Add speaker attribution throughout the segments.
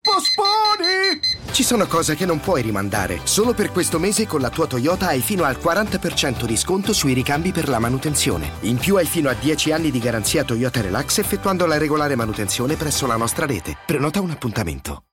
Speaker 1: Posponi! Ci sono cose che non puoi rimandare. Solo per questo mese con la tua Toyota hai fino al 40% di sconto sui ricambi per la manutenzione. In più hai fino a 10 anni di garanzia Toyota Relax effettuando la regolare manutenzione presso la nostra rete. Prenota un appuntamento.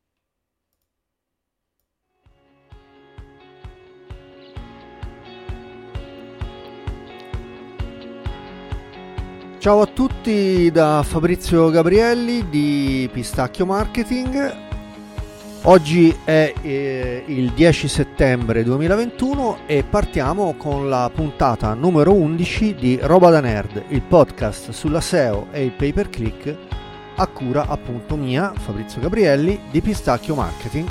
Speaker 2: Ciao a tutti da Fabrizio Gabrielli di Pistacchio Marketing. Oggi è il 10 settembre 2021 e partiamo con la puntata numero 11 di Roba da Nerd, il podcast sulla SEO e il pay per click a cura appunto mia, Fabrizio Gabrielli di Pistacchio Marketing.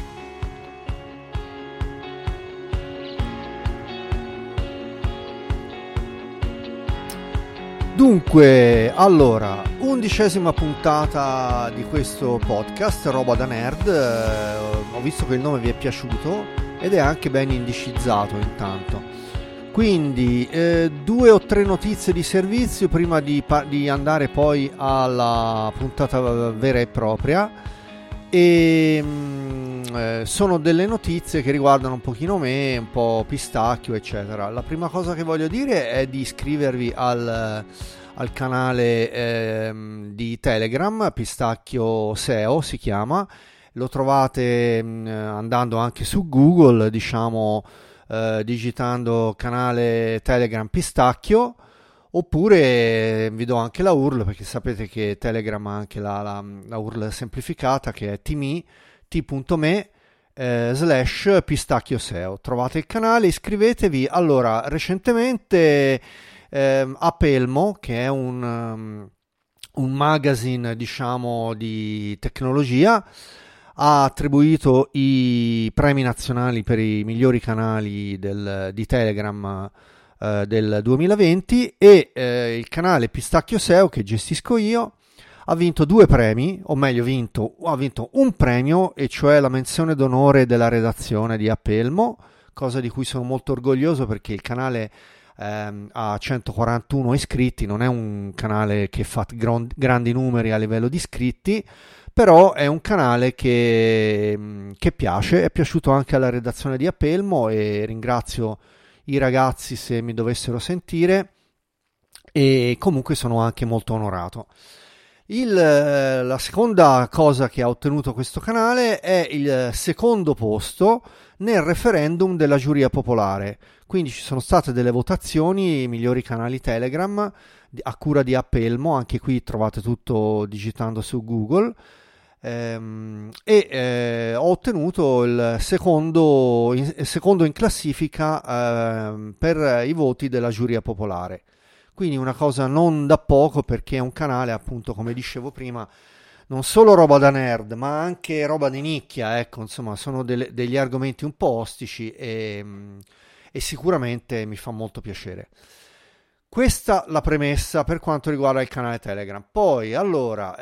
Speaker 2: Dunque, allora, 11ª puntata di questo podcast, Roba da Nerd. Ho visto che il nome vi è piaciuto ed è anche ben indicizzato intanto. Quindi, 2 o 3 notizie di servizio prima di andare poi alla puntata vera e propria. E sono delle notizie che riguardano un pochino me, un po' Pistacchio eccetera. La prima cosa che voglio dire è di iscrivervi al canale di Telegram, Pistacchio SEO si chiama. Lo trovate andando anche su Google, diciamo, digitando canale Telegram Pistacchio. Oppure vi do anche la URL, perché sapete che Telegram ha anche la URL semplificata che è t.me /pistacchio SEO. Trovate il canale, iscrivetevi. Allora, recentemente Apelmo, che è un magazine, diciamo, di tecnologia, ha attribuito i premi nazionali per i migliori canali di Telegram del 2020 e il canale Pistacchio SEO che gestisco io ha vinto 2 premi, o meglio ha vinto un premio, e cioè la menzione d'onore della redazione di Apelmo, cosa di cui sono molto orgoglioso perché il canale ha 141 iscritti, non è un canale che fa grandi numeri a livello di iscritti, però è un canale che piace, è piaciuto anche alla redazione di Apelmo e ringrazio i ragazzi se mi dovessero sentire, e comunque sono anche molto onorato. La seconda cosa che ha ottenuto questo canale è il secondo posto nel referendum della giuria popolare. Quindi ci sono state delle votazioni, i migliori canali Telegram a cura di Apelmo, anche qui trovate tutto digitando su Google. Ho ottenuto il secondo in classifica per i voti della giuria popolare, quindi una cosa non da poco, perché è un canale, appunto, come dicevo prima, non solo roba da nerd ma anche roba di nicchia, ecco, insomma sono degli argomenti un po' ostici e sicuramente mi fa molto piacere. Questa la premessa per quanto riguarda il canale Telegram. Poi, allora,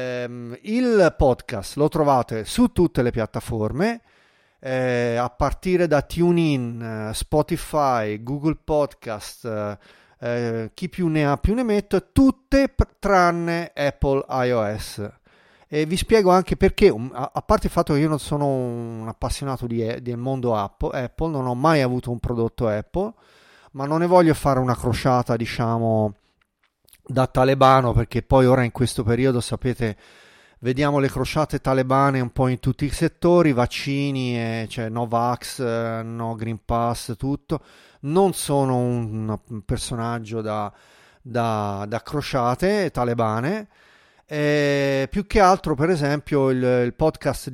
Speaker 2: il podcast lo trovate su tutte le piattaforme, a partire da TuneIn, Spotify, Google Podcast, chi più ne ha più ne metta, tutte tranne Apple iOS. E vi spiego anche perché, a parte il fatto che io non sono un appassionato del mondo Apple, non ho mai avuto un prodotto Apple, ma non ne voglio fare una crociata, diciamo, da talebano, perché poi ora in questo periodo, sapete, vediamo le crociate talebane un po' in tutti i settori, vaccini, cioè no vax, no Green Pass, tutto. Non sono un personaggio da crociate talebane. Più che altro, per esempio, il podcast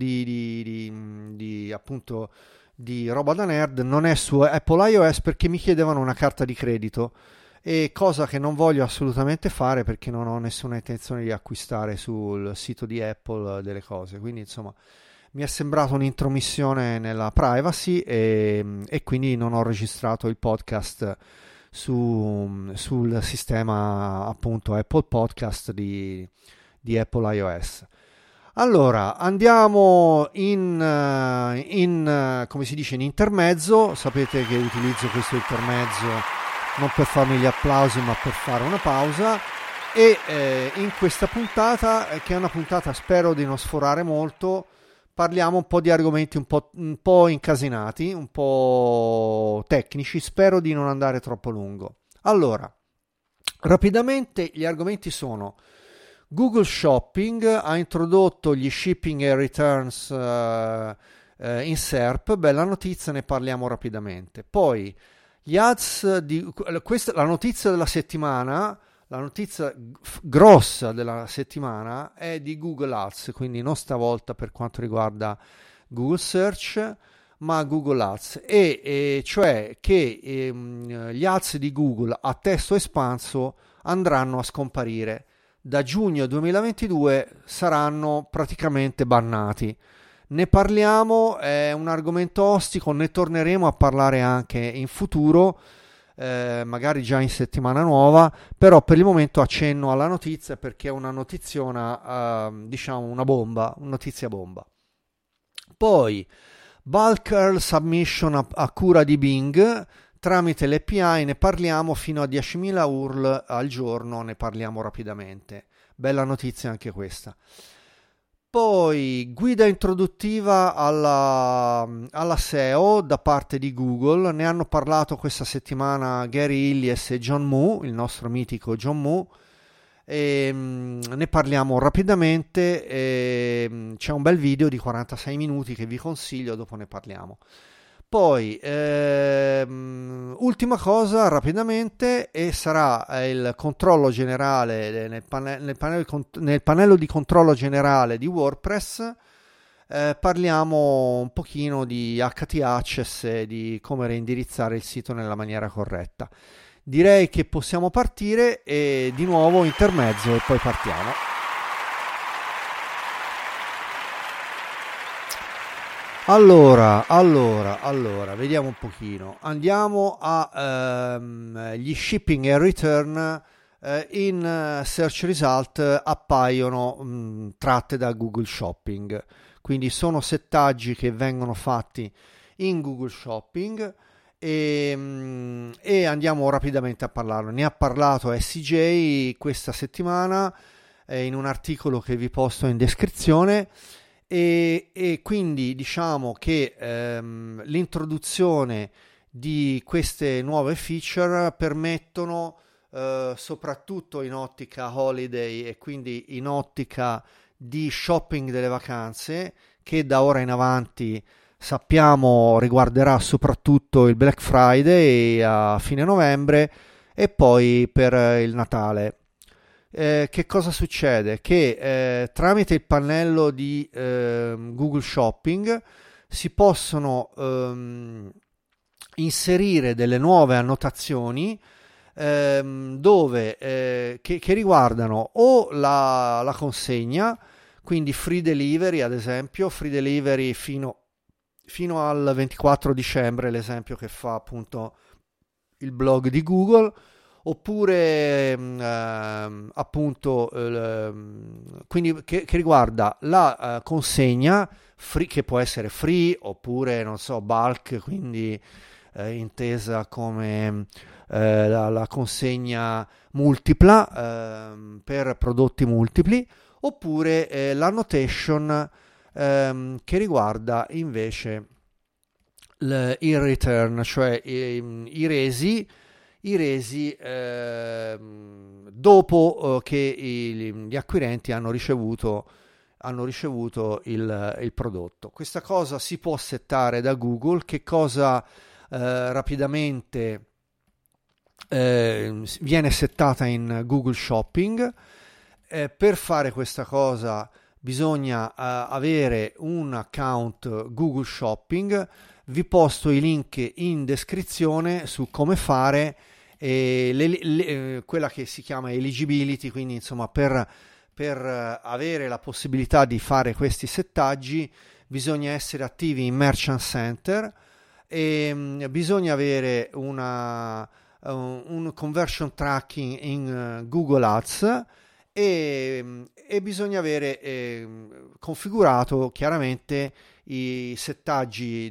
Speaker 2: appunto di Roba da Nerd non è su Apple iOS perché mi chiedevano una carta di credito, e cosa che non voglio assolutamente fare perché non ho nessuna intenzione di acquistare sul sito di Apple delle cose. Quindi, insomma, mi è sembrato un'intromissione nella privacy e quindi non ho registrato il podcast sul sistema, appunto, Apple Podcast di Apple iOS. Allora, andiamo in come si dice, in intermezzo. Sapete che utilizzo questo intermezzo non per farmi gli applausi ma per fare una pausa, e in questa puntata, che è una puntata, spero di non sforare molto, parliamo un po' di argomenti un po' incasinati, un po' tecnici, spero di non andare troppo lungo. Allora, rapidamente gli argomenti sono: Google Shopping ha introdotto gli shipping e returns in SERP, bella notizia, ne parliamo rapidamente. Poi gli ads questa la notizia della settimana. La notizia grossa della settimana è di Google Ads, quindi non stavolta per quanto riguarda Google Search, ma Google Ads, e cioè che gli ads di Google a testo espanso andranno a scomparire. Da giugno 2022 saranno praticamente bannati. Ne parliamo, è un argomento ostico, ne torneremo a parlare anche in futuro. Magari già in settimana nuova, però per il momento accenno alla notizia perché è una notiziona, diciamo una bomba, una notizia bomba. Poi bulk URL submission a cura di Bing tramite l'API, ne parliamo fino a 10.000 URL al giorno, ne parliamo rapidamente, bella notizia anche questa. Poi guida introduttiva alla SEO da parte di Google, ne hanno parlato questa settimana Gary Illies e John Moo, il nostro mitico John Moo, e ne parliamo rapidamente, c'è un bel video di 46 minuti che vi consiglio, dopo ne parliamo. Poi ultima cosa rapidamente, e sarà il controllo generale nel pannello di controllo generale di WordPress. Parliamo un pochino di HT-Access e di come reindirizzare il sito nella maniera corretta. Direi che possiamo partire, e di nuovo intermezzo e poi partiamo. Allora, vediamo un pochino. Andiamo a gli shipping e return in search result appaiono tratte da Google Shopping. Quindi sono settaggi che vengono fatti in Google Shopping e andiamo rapidamente a parlarlo. Ne ha parlato SJ questa settimana in un articolo che vi posto in descrizione. E quindi diciamo che l'introduzione di queste nuove feature permettono soprattutto in ottica holiday e quindi in ottica di shopping delle vacanze, che da ora in avanti sappiamo riguarderà soprattutto il Black Friday a fine novembre e poi per il Natale. Che cosa succede? Che tramite il pannello di Google Shopping si possono inserire delle nuove annotazioni che riguardano o la consegna, quindi free delivery, ad esempio, free delivery fino al 24 dicembre, l'esempio che fa appunto il blog di Google, oppure appunto quindi che riguarda la consegna free, che può essere free oppure non so bulk, quindi intesa come la consegna multipla per prodotti multipli, oppure l'annotation che riguarda invece il return, cioè i resi dopo che gli acquirenti hanno ricevuto il prodotto. Questa cosa si può settare da Google. Che cosa rapidamente viene settata in Google Shopping? Per fare questa cosa bisogna avere un account Google Shopping. Vi posto i link in descrizione su come fare quella che si chiama eligibility, quindi insomma per avere la possibilità di fare questi settaggi bisogna essere attivi in Merchant Center e bisogna avere un conversion tracking in Google Ads e bisogna avere configurato chiaramente i settaggi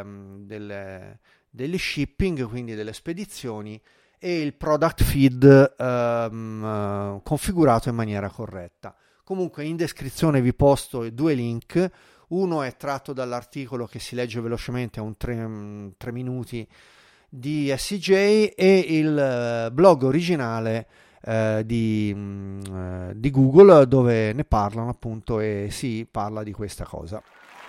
Speaker 2: degli shipping, quindi delle spedizioni, e il product feed configurato in maniera corretta. Comunque in descrizione vi posto due link, Uno è tratto dall'articolo che si legge velocemente, a un 3 minuti, di SCJ, e il blog originale di Google, dove ne parlano appunto e si parla di questa cosa.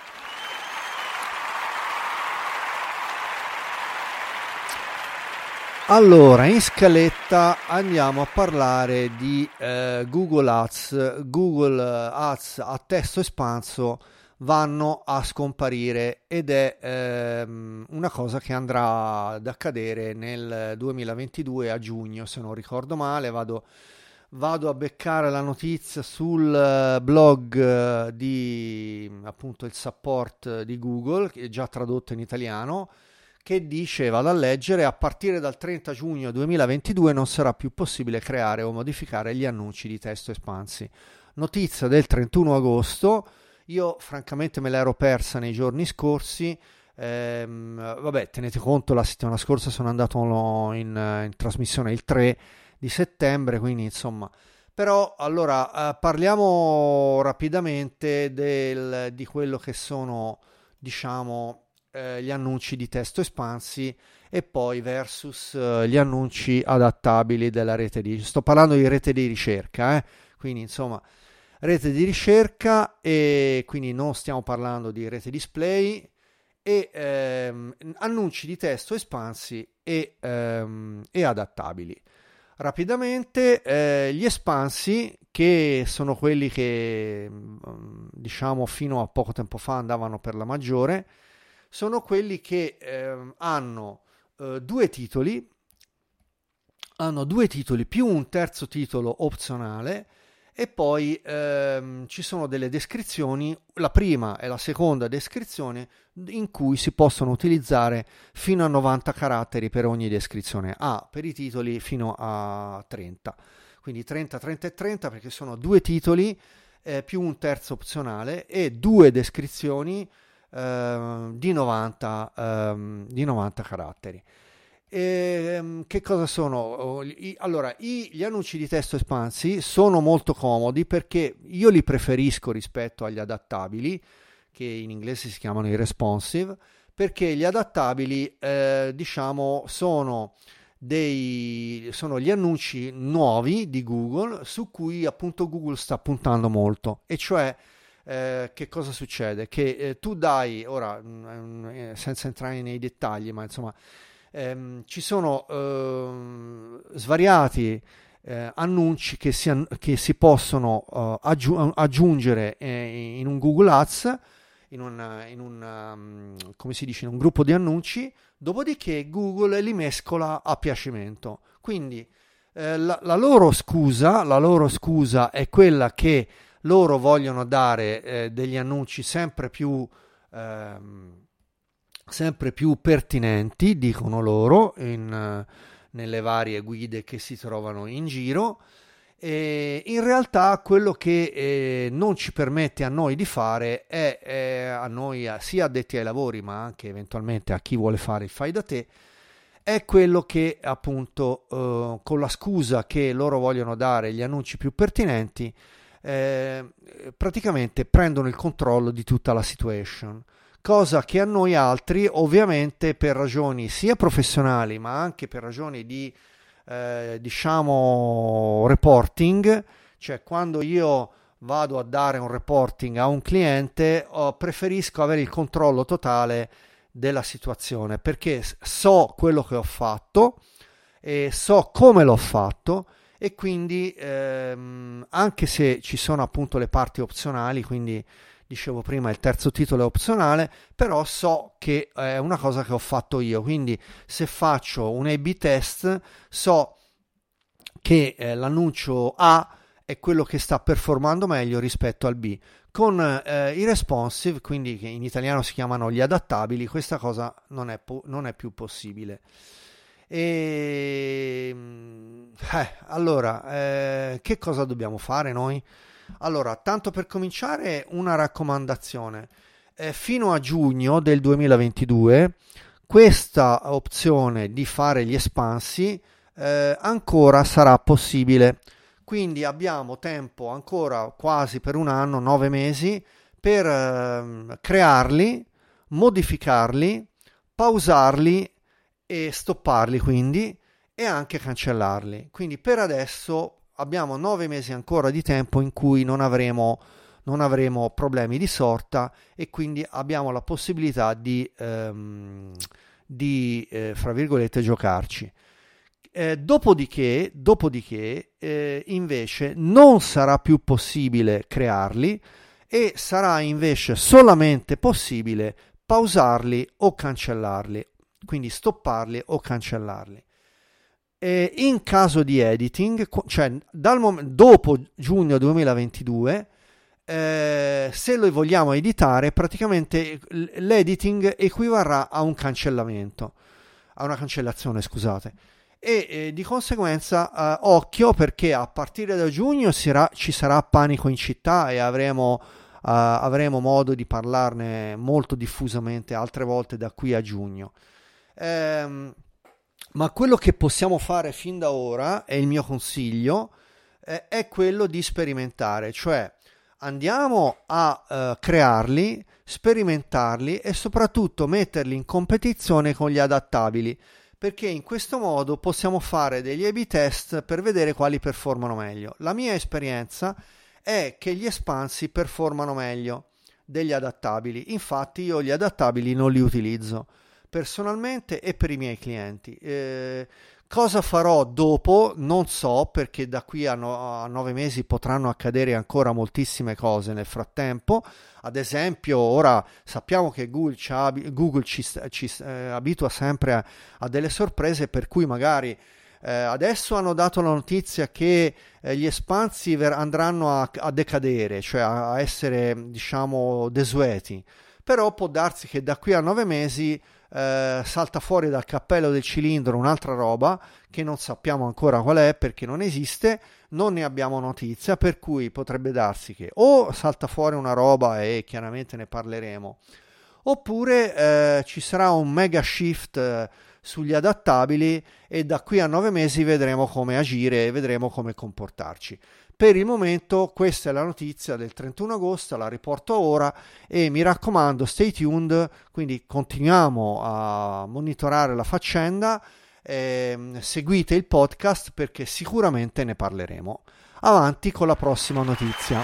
Speaker 2: Allora, in scaletta andiamo a parlare di Google Ads. Google Ads a testo espanso vanno a scomparire, ed è una cosa che andrà ad accadere nel 2022 a giugno, se non ricordo male. Vado a beccare la notizia sul blog di appunto il support di Google, che è già tradotto in italiano, che dice, vado a leggere: a partire dal 30 giugno 2022 non sarà più possibile creare o modificare gli annunci di testo espansi. Notizia del 31 agosto. Io francamente me l'ero persa nei giorni scorsi. Vabbè, tenete conto, la settimana scorsa sono andato in trasmissione il 3 di settembre, quindi insomma. Però allora parliamo rapidamente di quello che sono, diciamo, gli annunci di testo espansi, e poi versus gli annunci adattabili della rete sto parlando di rete di ricerca, quindi insomma rete di ricerca, e quindi non stiamo parlando di rete display, e annunci di testo espansi e adattabili. Rapidamente, gli espansi, che sono quelli che diciamo fino a poco tempo fa andavano per la maggiore, sono quelli che hanno due titoli più un terzo titolo opzionale, e poi ci sono delle descrizioni, la prima e la seconda descrizione, in cui si possono utilizzare fino a 90 caratteri per ogni descrizione, per i titoli fino a 30, quindi 30, 30 e 30, perché sono due titoli più un terzo opzionale e due descrizioni di 90 caratteri. Che cosa sono? Allora, gli annunci di testo espansi sono molto comodi, perché io li preferisco rispetto agli adattabili, che in inglese si chiamano i responsive, perché gli adattabili diciamo sono gli annunci nuovi di Google, su cui appunto Google sta puntando molto. E cioè, che cosa succede? Che tu dai, ora senza entrare nei dettagli, ma insomma ci sono svariati annunci che si possono aggiungere in un Google Ads, come si dice, in un gruppo di annunci, dopodiché Google li mescola a piacimento. Quindi la loro scusa è quella che loro vogliono dare degli annunci sempre più pertinenti, dicono loro, nelle varie guide che si trovano in giro. E in realtà quello che non ci permette a noi di fare è a noi, sia addetti ai lavori, ma anche eventualmente a chi vuole fare il fai da te, è quello che appunto con la scusa che loro vogliono dare gli annunci più pertinenti, praticamente prendono il controllo di tutta la situation. Cosa che a noi altri, ovviamente, per ragioni sia professionali ma anche per ragioni di diciamo reporting, cioè quando io vado a dare un reporting a un cliente, preferisco avere il controllo totale della situazione, perché so quello che ho fatto e so come l'ho fatto, e quindi anche se ci sono appunto le parti opzionali, quindi dicevo prima il terzo titolo è opzionale, però so che è una cosa che ho fatto io, quindi se faccio un A/B test so che l'annuncio A è quello che sta performando meglio rispetto al B. Con i responsive, quindi che in italiano si chiamano gli adattabili, questa cosa non è più possibile. Allora, che cosa dobbiamo fare noi? Allora, tanto per cominciare, una raccomandazione: fino a giugno del 2022 questa opzione di fare gli espansi ancora sarà possibile, quindi abbiamo tempo ancora quasi per un anno, 9 mesi, per crearli, modificarli, pausarli e stopparli, quindi, e anche cancellarli. Quindi per adesso abbiamo 9 mesi ancora di tempo in cui non avremo problemi di sorta, e quindi abbiamo la possibilità di fra virgolette, giocarci. Dopodiché invece non sarà più possibile crearli, e sarà invece solamente possibile pausarli o cancellarli, quindi stopparli o cancellarli. In caso di editing, cioè dopo giugno 2022, se lo vogliamo editare, praticamente l'editing equivarrà a un cancellamento, a una cancellazione, scusate. E di conseguenza occhio, perché a partire da giugno ci sarà panico in città, e avremo modo di parlarne molto diffusamente altre volte da qui a giugno. Ma quello che possiamo fare fin da ora, e il mio consiglio, è quello di sperimentare, cioè andiamo a crearli, sperimentarli e soprattutto metterli in competizione con gli adattabili, perché in questo modo possiamo fare degli A/B test per vedere quali performano meglio. La mia esperienza è che gli espansi performano meglio degli adattabili, infatti io gli adattabili non li utilizzo personalmente e per i miei clienti. Cosa farò dopo non so, perché da qui a 9 mesi potranno accadere ancora moltissime cose nel frattempo. Ad esempio, ora sappiamo che Google ci abitua sempre a delle sorprese, per cui magari adesso hanno dato la notizia che gli espansi andranno a decadere, cioè a essere, diciamo, desueti, però può darsi che da qui a 9 mesi salta fuori dal cappello del cilindro un'altra roba che non sappiamo ancora qual è, perché non esiste, non ne abbiamo notizia, per cui potrebbe darsi che o salta fuori una roba e chiaramente ne parleremo, oppure ci sarà un mega shift sugli adattabili, e da qui a 9 mesi vedremo come agire e vedremo come comportarci. Per il momento questa è la notizia del 31 agosto, la riporto ora, e mi raccomando, stay tuned, quindi continuiamo a monitorare la faccenda, seguite il podcast perché sicuramente ne parleremo. Avanti con la prossima notizia.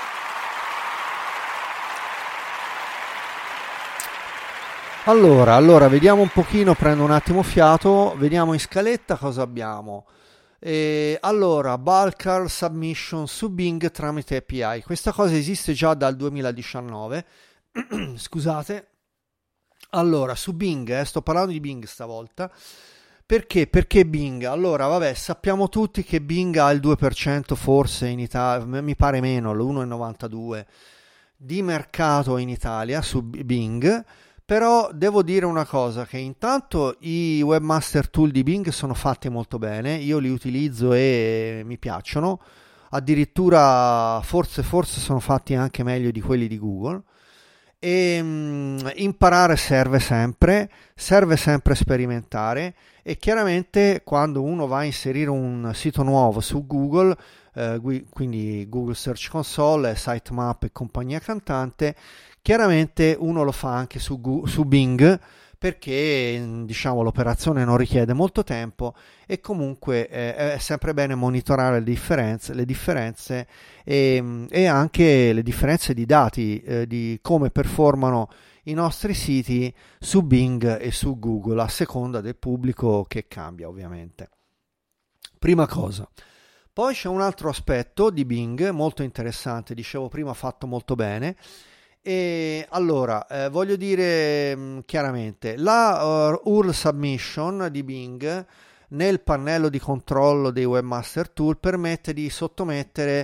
Speaker 2: Allora, vediamo un pochino, prendo un attimo fiato, vediamo in scaletta cosa abbiamo. Allora, bulk submission su Bing tramite API. Questa cosa esiste già dal 2019. Scusate. Allora, su Bing, sto parlando di Bing stavolta. Perché Bing? Allora, vabbè, sappiamo tutti che Bing ha il 2% forse in Italia, mi pare meno, l'1,92% di mercato in Italia su Bing. Però devo dire una cosa, che intanto i webmaster tool di Bing sono fatti molto bene, io li utilizzo e mi piacciono, addirittura forse sono fatti anche meglio di quelli di Google, e imparare serve sempre sperimentare, e chiaramente quando uno va a inserire un sito nuovo su Google, quindi Google Search Console, Sitemap e compagnia cantante, chiaramente uno lo fa anche su Bing, perché diciamo l'operazione non richiede molto tempo, e comunque è sempre bene monitorare le differenze e anche le differenze di dati, di come performano i nostri siti su Bing e su Google, a seconda del pubblico che cambia, ovviamente. Prima cosa. Poi c'è un altro aspetto di Bing molto interessante, dicevo prima, fatto molto bene. E allora voglio dire chiaramente, la URL submission di Bing nel pannello di controllo dei webmaster tool permette di sottomettere,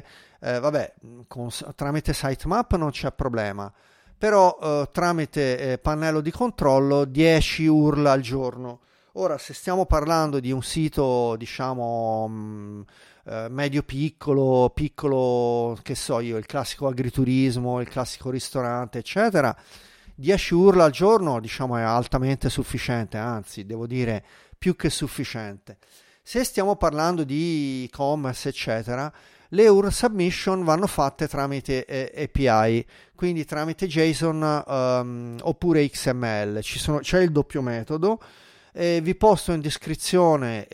Speaker 2: tramite sitemap non c'è problema, però tramite pannello di controllo 10 URL al giorno. Ora, se stiamo parlando di un sito, diciamo, medio piccolo, che so io, il classico agriturismo, il classico ristorante, eccetera, 10 URL al giorno, diciamo, è altamente sufficiente, anzi, devo dire, più che sufficiente. Se stiamo parlando di e-commerce, eccetera, Le URL submission vanno fatte tramite API, quindi tramite JSON oppure XML. C'è il doppio metodo. Vi posto in descrizione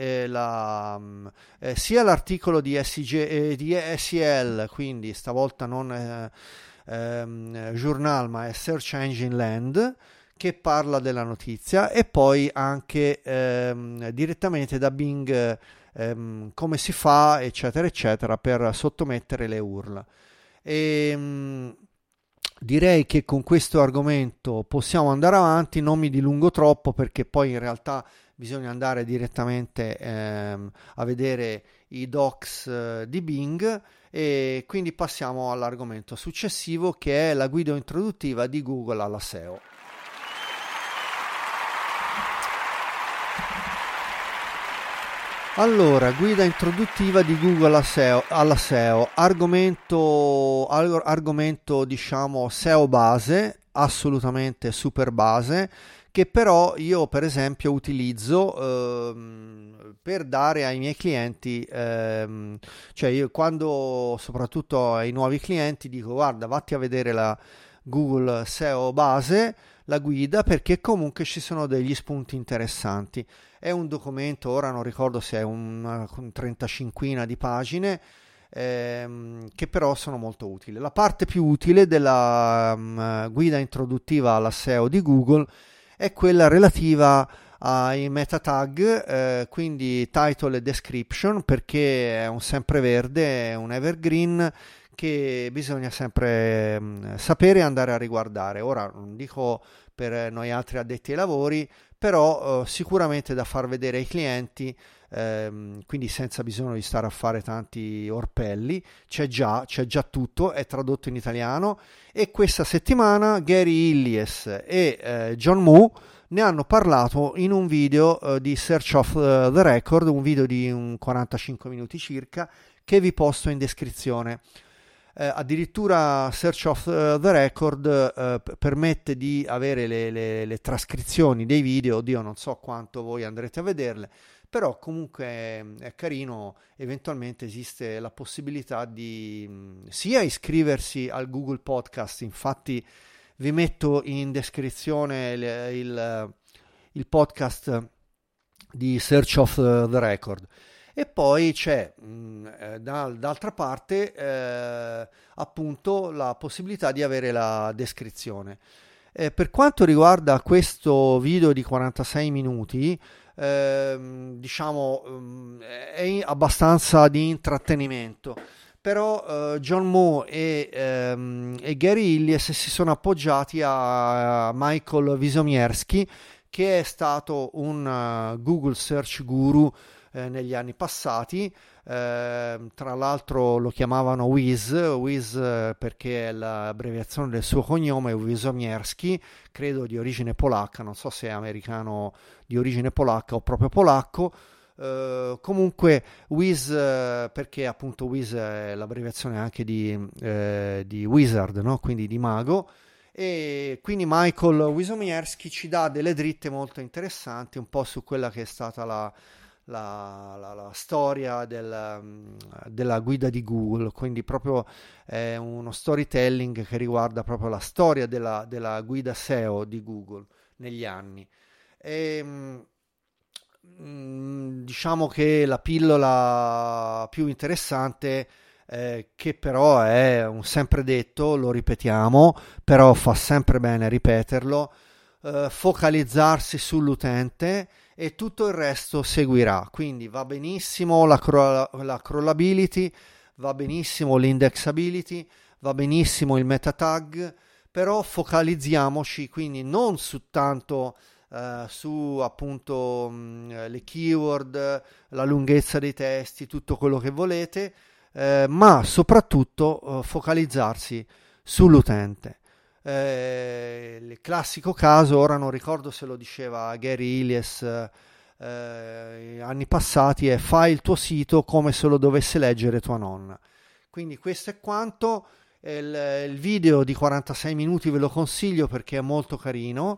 Speaker 2: sia l'articolo di SEL, quindi stavolta non Journal ma è Search Engine Land, che parla della notizia, e poi anche direttamente da Bing come si fa, eccetera eccetera, per sottomettere le URL. Direi che con questo argomento possiamo andare avanti, non mi dilungo troppo perché poi in realtà bisogna andare direttamente a vedere i docs di Bing, e quindi passiamo all'argomento successivo, che è la guida introduttiva di Google alla SEO. Allora, guida introduttiva di Google alla SEO, argomento diciamo SEO base, assolutamente super base, che però io per esempio utilizzo per dare ai miei clienti, cioè io quando soprattutto ai nuovi clienti dico: guarda, vatti a vedere la Google SEO base, la guida, perché comunque ci sono degli spunti interessanti. È un documento, ora non ricordo se è un 35 di pagine, che però sono molto utili. La parte più utile della guida introduttiva alla SEO di Google è quella relativa ai meta tag, quindi title e description, perché è un sempreverde, è un evergreen che bisogna sempre sapere e andare a riguardare. Ora non dico per noi altri addetti ai lavori, però sicuramente da far vedere ai clienti, quindi senza bisogno di stare a fare tanti orpelli, c'è già tutto, è tradotto in italiano, e questa settimana Gary Illies e John Moo ne hanno parlato in un video di Search of the Record, un video di un 45 minuti circa, che vi posto in descrizione. Addirittura Search of the Record permette di avere le trascrizioni dei video. Oddio, non so quanto voi andrete a vederle, però comunque è carino. Eventualmente esiste la possibilità di sia iscriversi al Google Podcast, infatti vi metto in descrizione il podcast di Search of the Record. E poi c'è d'altra parte appunto la possibilità di avere la descrizione. Per quanto riguarda questo video di 46 minuti, diciamo è abbastanza di intrattenimento, però John Moo e Gary Illies si sono appoggiati a Michael Wysomierski, che è stato un Google Search Guru negli anni passati. Tra l'altro lo chiamavano Wiz perché è l'abbreviazione del suo cognome, Wysomierski, credo di origine polacca, non so se è americano di origine polacca o proprio polacco. Comunque Wiz, perché appunto Wiz è l'abbreviazione anche di wizard, no? Quindi di mago. E quindi Michael Wysomierski ci dà delle dritte molto interessanti un po' su quella che è stata la storia della guida di Google, quindi proprio è uno storytelling che riguarda proprio la storia della guida SEO di Google negli anni. Diciamo che la pillola più interessante, che però è un sempre detto, lo ripetiamo, però fa sempre bene ripeterlo, focalizzarsi sull'utente e tutto il resto seguirà. Quindi va benissimo la crawlability, va benissimo l'indexability, va benissimo il meta tag, però focalizziamoci quindi non su tanto su appunto le keyword, la lunghezza dei testi, tutto quello che volete, ma soprattutto focalizzarsi sull'utente. Il classico caso, ora non ricordo se lo diceva Gary Illies anni passati, è: fai il tuo sito come se lo dovesse leggere tua nonna. Quindi questo è quanto. Il video di 46 minuti ve lo consiglio perché è molto carino,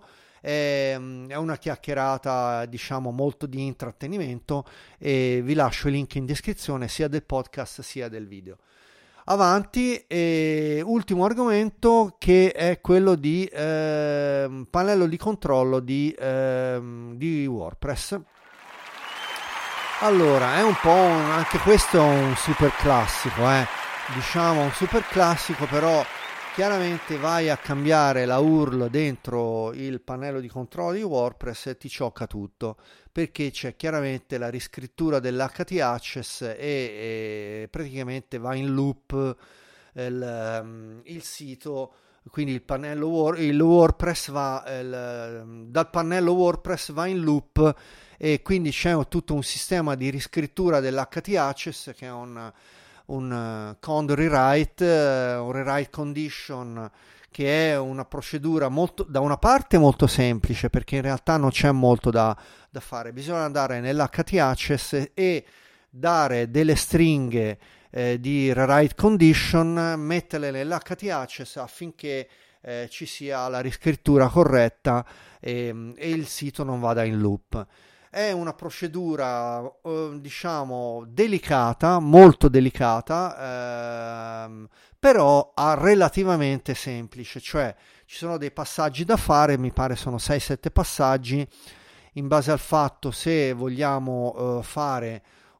Speaker 2: È una chiacchierata, diciamo, molto di intrattenimento, e vi lascio il link in descrizione sia del podcast sia del video. Avanti, ultimo argomento, che è quello di pannello di controllo di WordPress. Allora, è un po' anche questo è un super classico, diciamo un super classico, però chiaramente vai a cambiare la URL dentro il pannello di controllo di WordPress e ti ciocca tutto, perché c'è chiaramente la riscrittura dell'HT-access e praticamente va in loop il sito, quindi il pannello il WordPress dal pannello WordPress va in loop, e quindi c'è tutto un sistema di riscrittura dell'HT-access che è un cond rewrite, un rewrite condition, che è una procedura da una parte molto semplice, perché in realtà non c'è molto da fare. Bisogna andare nell'HT-access e dare delle stringhe di rewrite condition, metterle nell'HT-access affinché ci sia la riscrittura corretta e il sito non vada in loop. È una procedura diciamo delicata, molto delicata, però relativamente semplice, cioè ci sono dei passaggi da fare, mi pare sono 6-7 passaggi, in base al fatto se vogliamo fare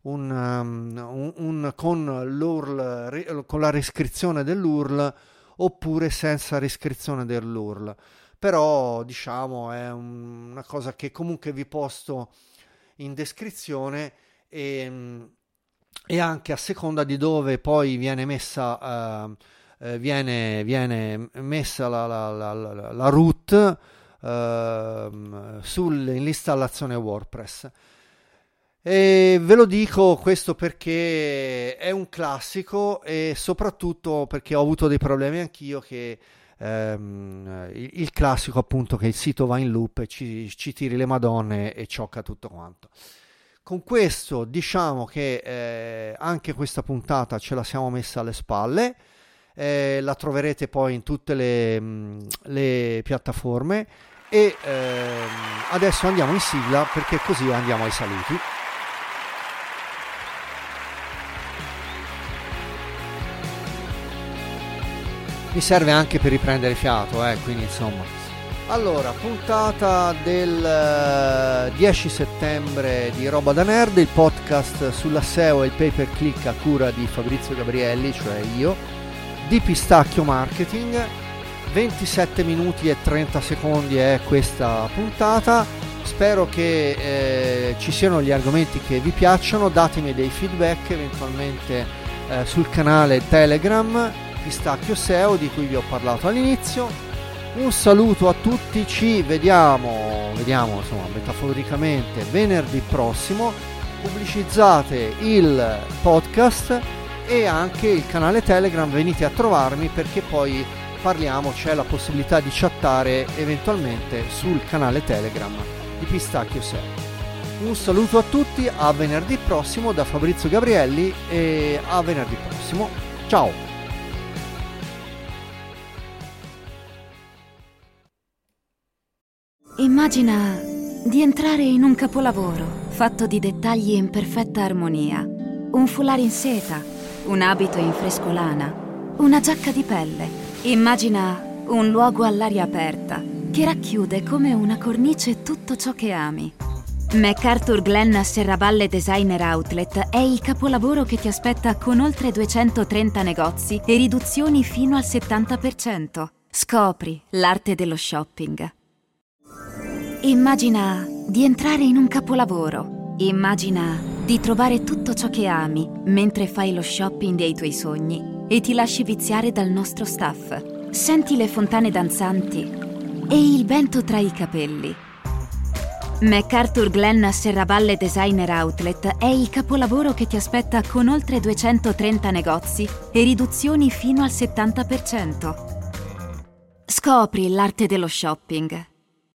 Speaker 2: con l'URL, con la riscrizione dell'URL, oppure senza riscrizione dell'URL. Però diciamo è una cosa che comunque vi posto in descrizione, e anche a seconda di dove poi viene messa viene messa la root sull'installazione WordPress. E ve lo dico questo perché è un classico, e soprattutto perché ho avuto dei problemi anch'io, che il classico appunto che il sito va in loop e ci tiri le madonne e ciocca tutto quanto. Con questo diciamo che anche questa puntata ce la siamo messa alle spalle, la troverete poi in tutte le piattaforme, e adesso andiamo in sigla, perché così andiamo ai saluti. Mi serve anche per riprendere fiato, quindi insomma. Allora, puntata del 10 settembre di Roba da Nerd, il podcast sulla SEO e il pay per click a cura di Fabrizio Gabrielli, cioè io, di Pistacchio Marketing. 27 minuti e 30 secondi è questa puntata. Spero che ci siano gli argomenti che vi piacciono. Datemi dei feedback eventualmente sul canale Telegram Pistacchio SEO, di cui vi ho parlato all'inizio. Un saluto a tutti, ci vediamo insomma metaforicamente venerdì prossimo. Pubblicizzate il podcast e anche il canale Telegram, venite a trovarmi, perché poi c'è la possibilità di chattare eventualmente sul canale Telegram di Pistacchio SEO. Un saluto a tutti, a venerdì prossimo da Fabrizio Gabrielli, e a venerdì prossimo, ciao!
Speaker 3: Immagina di entrare in un capolavoro fatto di dettagli in perfetta armonia. Un foulard in seta, un abito in frescolana, una giacca di pelle. Immagina un luogo all'aria aperta che racchiude come una cornice tutto ciò che ami. MacArthur Glen Serravalle Designer Outlet è il capolavoro che ti aspetta, con oltre 230 negozi e riduzioni fino al 70%. Scopri l'arte dello shopping. Immagina di entrare in un capolavoro. Immagina di trovare tutto ciò che ami mentre fai lo shopping dei tuoi sogni e ti lasci viziare dal nostro staff. Senti le fontane danzanti e il vento tra i capelli. MacArthur Glen Serravalle Designer Outlet è il capolavoro che ti aspetta, con oltre 230 negozi e riduzioni fino al 70%. Scopri l'arte dello shopping.